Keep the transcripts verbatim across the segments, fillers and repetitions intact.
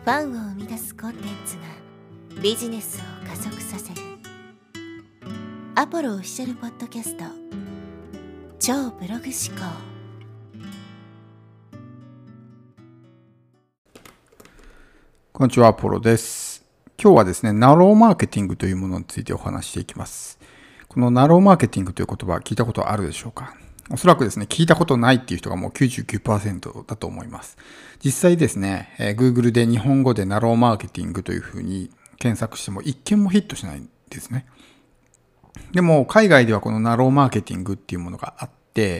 ファンを生み出すコンテンツがビジネスを加速させるアポロオフィシャルポッドキャスト超ブログ思考。 こんにちは、アポロです。今日はですね、ナローマーケティングというものについてお話していきます。このナローマーケティングという言葉聞いたことあるでしょうか？おそらくですね、聞いたことないっていう人がもう きゅうじゅうきゅうパーセント だと思います。実際ですね、えー、Google で日本語でナローマーケティングというふうに検索しても一件もヒットしないんですね。でも海外ではこのナローマーケティングっていうものがあって、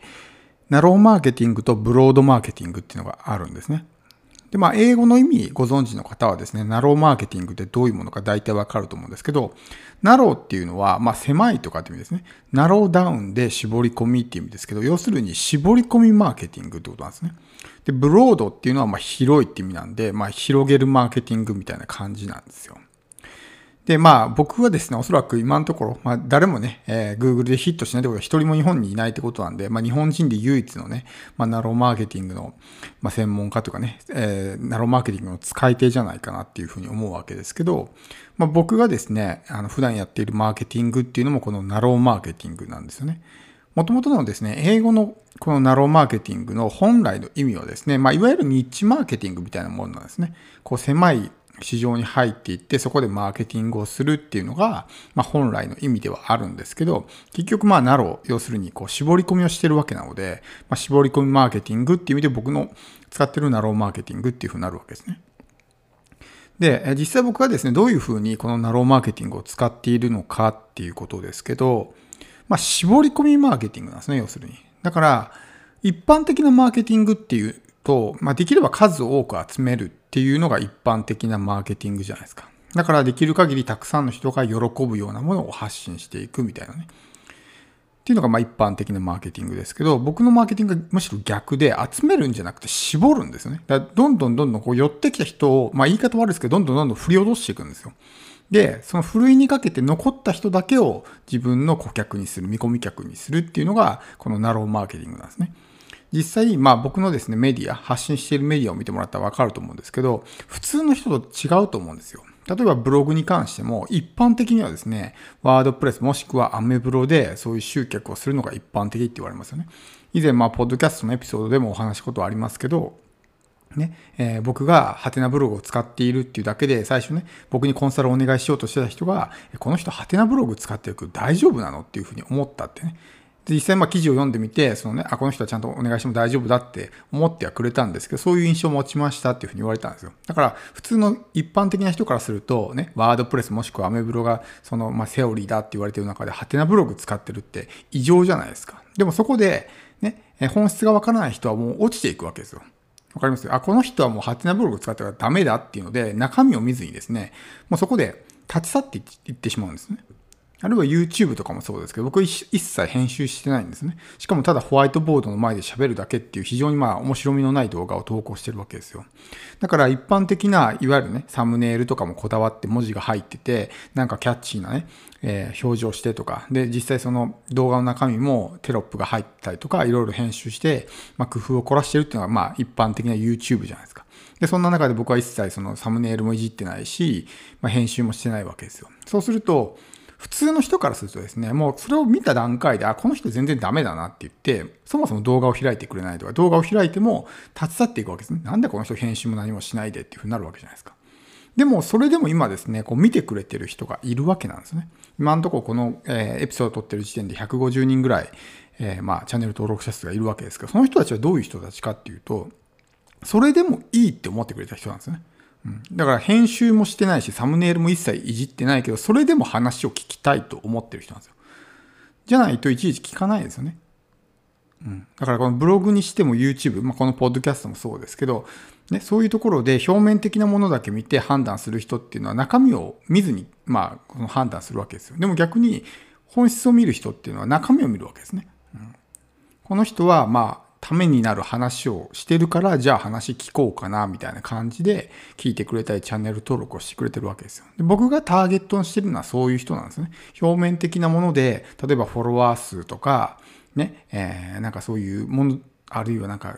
ナローマーケティングとブロードマーケティングっていうのがあるんですね。で、まあ、英語の意味ご存知の方はですね、ナローマーケティングってどういうものか大体わかると思うんですけど、ナローっていうのは、まあ、狭いとかって意味ですね。ナローダウンで絞り込みっていう意味ですけど、要するに絞り込みマーケティングってことなんですね。で、ブロードっていうのは、まあ、広いって意味なんで、まあ、広げるマーケティングみたいな感じなんですよ。で、まあ僕はですね、おそらく今のところ、まあ誰もね、えー、Google でヒットしないってことは一人も日本にいないってことなんで、まあ日本人で唯一のね、まあナローマーケティングの、まあ、専門家というかね、えー、ナローマーケティングの使い手じゃないかなっていうふうに思うわけですけど、まあ僕がですね、あの普段やっているマーケティングっていうのもこのナローマーケティングなんですよね。もともとのですね、英語のこのナローマーケティングの本来の意味はですね、まあいわゆるニッチマーケティングみたいなものなんですね。こう狭い市場に入っていってそこでマーケティングをするっていうのが、まあ、本来の意味ではあるんですけど、結局まあナロー、要するにこう絞り込みをしてるわけなので、まあ、絞り込みマーケティングっていう意味で僕の使ってるナローマーケティングっていうふうになるわけですね。で、実際僕はですね、どういうふうにこのナローマーケティングを使っているのかっていうことですけど、まあ、絞り込みマーケティングなんですね、要するに。だから一般的なマーケティングっていうと、まあ、できれば数を多く集めるっていうのが一般的なマーケティングじゃないですか。だからできる限りたくさんの人が喜ぶようなものを発信していくみたいなね。っていうのがまあ一般的なマーケティングですけど、僕のマーケティングがむしろ逆で集めるんじゃなくて絞るんですよね。だからどんどんどんどんこう寄ってきた人を、まあ言い方悪いですけど、どんどんどんどん振り落としていくんですよ。で、そのふるいにかけて残った人だけを自分の顧客にする、見込み客にするっていうのがこのナローマーケティングなんですね。実際、まあ僕のですね、メディア、発信しているメディアを見てもらったらわかると思うんですけど、普通の人と違うと思うんですよ。例えばブログに関しても、一般的にはですね、ワードプレスもしくはアメブロでそういう集客をするのが一般的って言われますよね。以前、まあ、ポッドキャストのエピソードでもお話しことありますけど、ねえー、僕がハテナブログを使っているっていうだけで、最初ね、僕にコンサルをお願いしようとしてた人が、この人ハテナブログ使ってるけど大丈夫なのっていうふうに思ったってね。実際まあ記事を読んでみて、そのね、あ、この人はちゃんとお願いしても大丈夫だって思ってはくれたんですけど、そういう印象を持ちましたっていうふうに言われたんですよ。だから普通の一般的な人からするとね、ワードプレスもしくはアメブロがそのまあセオリーだって言われている中でハテナブログ使ってるって異常じゃないですか。でもそこでね、本質がわからない人はもう落ちていくわけですよ。わかります？あ、この人はもうハテナブログ使ってるからダメだっていうので、中身を見ずにですね、もうそこで立ち去っていってしまうんですね。あるいは YouTube とかもそうですけど、僕一切編集してないんですね。しかもただホワイトボードの前で喋るだけっていう非常にまあ面白みのない動画を投稿してるわけですよ。だから一般的ないわゆるね、サムネイルとかもこだわって文字が入ってて、なんかキャッチーなね、えー、表示をしてとか、で、実際その動画の中身もテロップが入ったりとか、いろいろ編集して、まあ工夫を凝らしてるっていうのがまあ一般的な YouTube じゃないですか。で、そんな中で僕は一切そのサムネイルもいじってないし、まあ、編集もしてないわけですよ。そうすると、普通の人からするとですね、もうそれを見た段階で、あ、この人全然ダメだなって言って、そもそも動画を開いてくれないとか、動画を開いても立ち去っていくわけですね。なんでこの人編集も何もしないでっていうふうになるわけじゃないですか。でも、それでも今ですね、こう見てくれてる人がいるわけなんですね。今のところこの、えー、エピソードを撮ってる時点でひゃくごじゅうにんぐらい、えー、まあ、チャンネル登録者数がいるわけですけど、その人たちはどういう人たちかっていうと、それでもいいって思ってくれた人なんですね。うん、だから編集もしてないし、サムネイルも一切いじってないけど、それでも話を聞きたいと思ってる人なんですよ。じゃないといちいち聞かないですよね。うん、だからこのブログにしても YouTube、まあ、このポッドキャストもそうですけど、ね、そういうところで表面的なものだけ見て判断する人っていうのは中身を見ずに、まあ、この判断するわけですよ。でも逆に本質を見る人っていうのは中身を見るわけですね。うん、この人はまあためになる話をしてるから、じゃあ話聞こうかなみたいな感じで聞いてくれたりチャンネル登録をしてくれてるわけですよ。で、僕がターゲットにしてるのはそういう人なんですね。表面的なもので、例えばフォロワー数とかね、えー、なんかそういうもの、あるいはなんか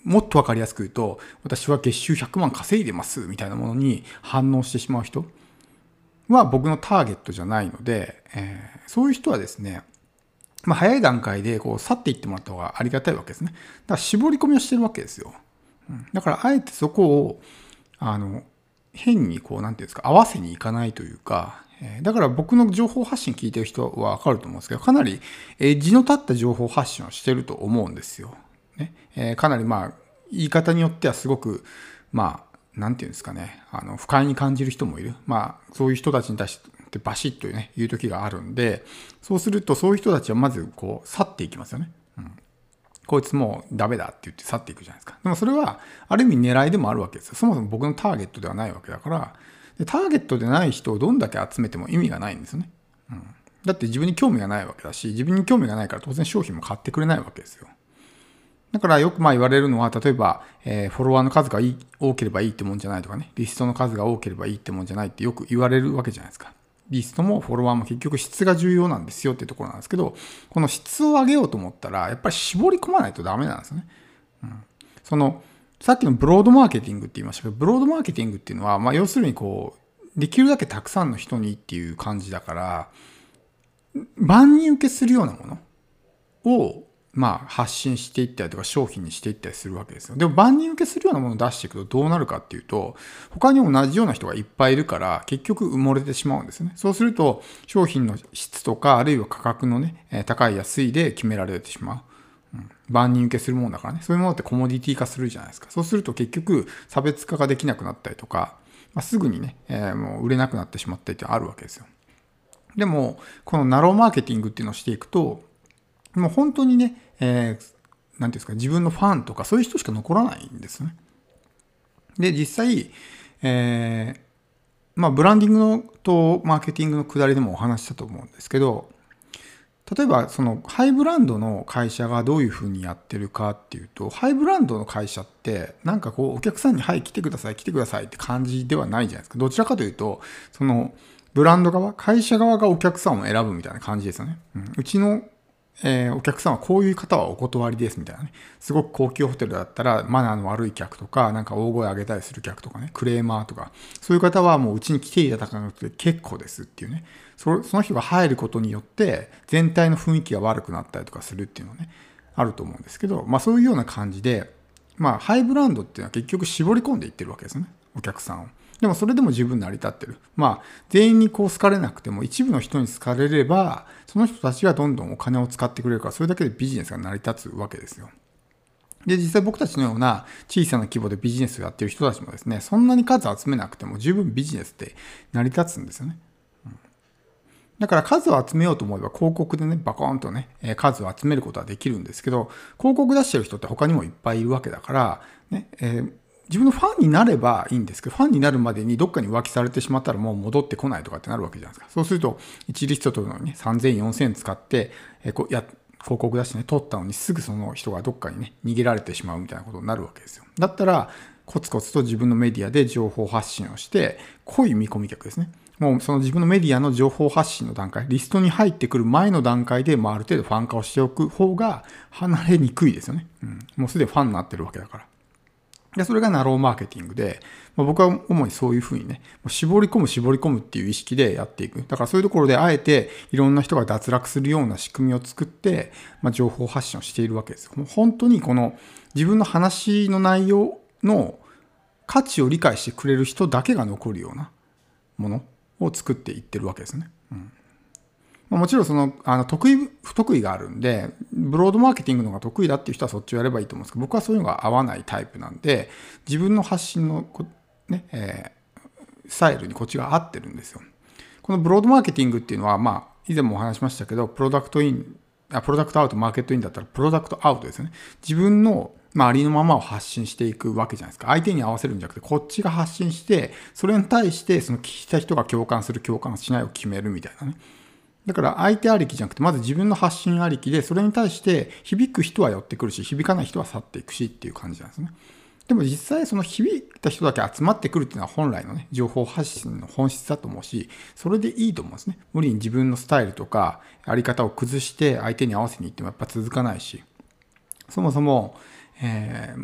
もっとわかりやすく言うと、私は月収ひゃくまん稼いでますみたいなものに反応してしまう人は僕のターゲットじゃないので、えー、そういう人はですね、まあ、早い段階でこう去っていってもらった方がありがたいわけですね。だから絞り込みをしてるわけですよ。うん、だからあえてそこをあの変にこうなんていうんですか、合わせにいかないというか、えー、だから僕の情報発信聞いてる人はわかると思うんですけど、かなりエッジの立った情報発信をしてると思うんですよ。ねえー、かなりまあ言い方によってはすごくまあなんていうんですかね、あの不快に感じる人もいる。まあそういう人たちに対してバシッとね言う時があるんで、そうするとそういう人たちはまずこう去っていきますよね。うん、こいつもうダメだって言って去っていくじゃないですか。でもそれはある意味狙いでもあるわけですよ。そもそも僕のターゲットではないわけだから、でターゲットでない人をどんだけ集めても意味がないんですよね。うん、だって自分に興味がないわけだし、自分に興味がないから当然商品も買ってくれないわけですよ。だからよくまあ言われるのは、例えば、えー、フォロワーの数がいい多ければいいってもんじゃないとかね、リストの数が多ければいいってもんじゃないってよく言われるわけじゃないですか。リストもフォロワーも結局質が重要なんですよってところなんですけど、この質を上げようと思ったら、やっぱり絞り込まないとダメなんですよね。うん、その、さっきのブロードマーケティングって言いましたけど、ブロードマーケティングっていうのは、まあ要するにこう、できるだけたくさんの人にっていう感じだから、万人受けするようなものを、まあ発信していったりとか商品にしていったりするわけですよ。でも万人受けするようなものを出していくとどうなるかっていうと、他に同じような人がいっぱいいるから結局埋もれてしまうんですよね。そうすると商品の質とかあるいは価格のね、高い安いで決められてしまう。うん、万人受けするものだからね。そういうものってコモディティ化するじゃないですか。そうすると結局差別化ができなくなったりとか、まあ、すぐにね、えー、もう売れなくなってしまったりってあるわけですよ。でもこのナローマーケティングっていうのをしていくと、もう本当にね、えー、なんていうんですか、自分のファンとかそういう人しか残らないんですね。で、実際、えー、まあ、ブランディングのとマーケティングの下りでもお話したと思うんですけど、例えばそのハイブランドの会社がどういうふうにやってるかっていうと、ハイブランドの会社ってなんかこうお客さんにはい来てください来てくださいって感じではないじゃないですか。どちらかというと、そのブランド側、会社側がお客さんを選ぶみたいな感じですよね。うん、うちのえー、お客さんはこういう方はお断りですみたいなね。すごく高級ホテルだったらマナーの悪い客とか、なんか大声上げたりする客とかね、クレーマーとか、そういう方はもううちに来ていただかなくて結構ですっていうね。そその人が入ることによって全体の雰囲気が悪くなったりとかするっていうのはね、あると思うんですけど、まあそういうような感じで、まあハイブランドっていうのは結局絞り込んでいってるわけですね。お客さんを。でもそれでも十分成り立ってる。まあ、全員にこう好かれなくても一部の人に好かれれば、その人たちがどんどんお金を使ってくれるから、それだけでビジネスが成り立つわけですよ。で、実際僕たちのような小さな規模でビジネスをやっている人たちもですね、そんなに数集めなくても十分ビジネスって成り立つんですよね。うん、だから数を集めようと思えば広告でね、バコーンとね、数を集めることはできるんですけど、広告出してる人って他にもいっぱいいるわけだから、ね、えー自分のファンになればいいんですけど、ファンになるまでにどっかに浮気されてしまったらもう戻ってこないとかってなるわけじゃないですか。そうすると、いちリスト取るのにね、さんぜん、よんせん使って、えこや広告出してね、取ったのにすぐその人がどっかにね、逃げられてしまうみたいなことになるわけですよ。だったら、コツコツと自分のメディアで情報発信をして、濃い見込み客ですね。もうその自分のメディアの情報発信の段階、リストに入ってくる前の段階で、まあ、ある程度ファン化をしておく方が離れにくいですよね。うん、もうすでにファンになってるわけだから。で、それがナローマーケティングで、まあ、僕は主にそういうふうにね、絞り込む絞り込むっていう意識でやっていく。だからそういうところであえていろんな人が脱落するような仕組みを作って、まあ、情報発信をしているわけですよ。もう本当にこの自分の話の内容の価値を理解してくれる人だけが残るようなものを作っていってるわけですね。うんもちろんその、あの、得意、不得意があるんで、ブロードマーケティングの方が得意だっていう人はそっちをやればいいと思うんですけど、僕はそういうのが合わないタイプなんで、自分の発信の、ね、えー、スタイルにこっちが合ってるんですよ。このブロードマーケティングっていうのは、まあ、以前もお話しましたけど、プロダクトイン、あ、プロダクトアウト、マーケットインだったら、プロダクトアウトですよね。自分の、まあ、ありのままを発信していくわけじゃないですか。相手に合わせるんじゃなくて、こっちが発信して、それに対して、その聞いた人が共感する、共感しないを決めるみたいなね。だから相手ありきじゃなくて、まず自分の発信ありきで、それに対して響く人は寄ってくるし、響かない人は去っていくしっていう感じなんですね。でも実際その響いた人だけ集まってくるっていうのは本来のね、情報発信の本質だと思うし、それでいいと思うんですね。無理に自分のスタイルとか、あり方を崩して相手に合わせに行ってもやっぱ続かないし、そもそも、えー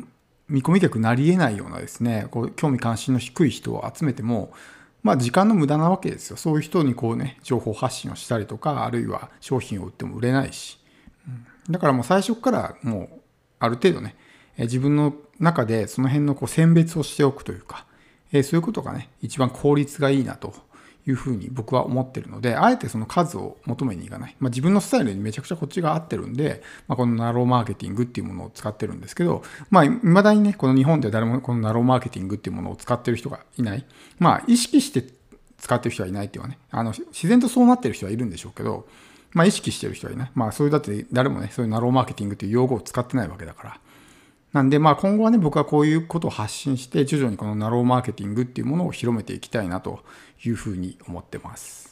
見込み客になり得ないようなですね、こう興味関心の低い人を集めても、まあ時間の無駄なわけですよ。そういう人にこうね、情報発信をしたりとか、あるいは商品を売っても売れないし。だからもう最初からもうある程度ね、自分の中でその辺のこう選別をしておくというか、そういうことがね、一番効率がいいなというふうに僕は思ってるので、あえてその数を求めにいかない。まあ、自分のスタイルにめちゃくちゃこっちが合ってるんで、まあ、このナローマーケティングっていうものを使ってるんですけど、まあ、未だにね、この日本では誰もこのナローマーケティングっていうものを使ってる人がいない。まあ、意識して使ってる人はいないっていうのはね、あの、自然とそうなってる人はいるんでしょうけど、まあ、意識してる人はいない。まあ、そういうだって誰もね、そういうナローマーケティングっていう用語を使ってないわけだから。なんで、まあ今後はね、僕はこういうことを発信して、徐々にこのナローマーケティングっていうものを広めていきたいなというふうに思ってます。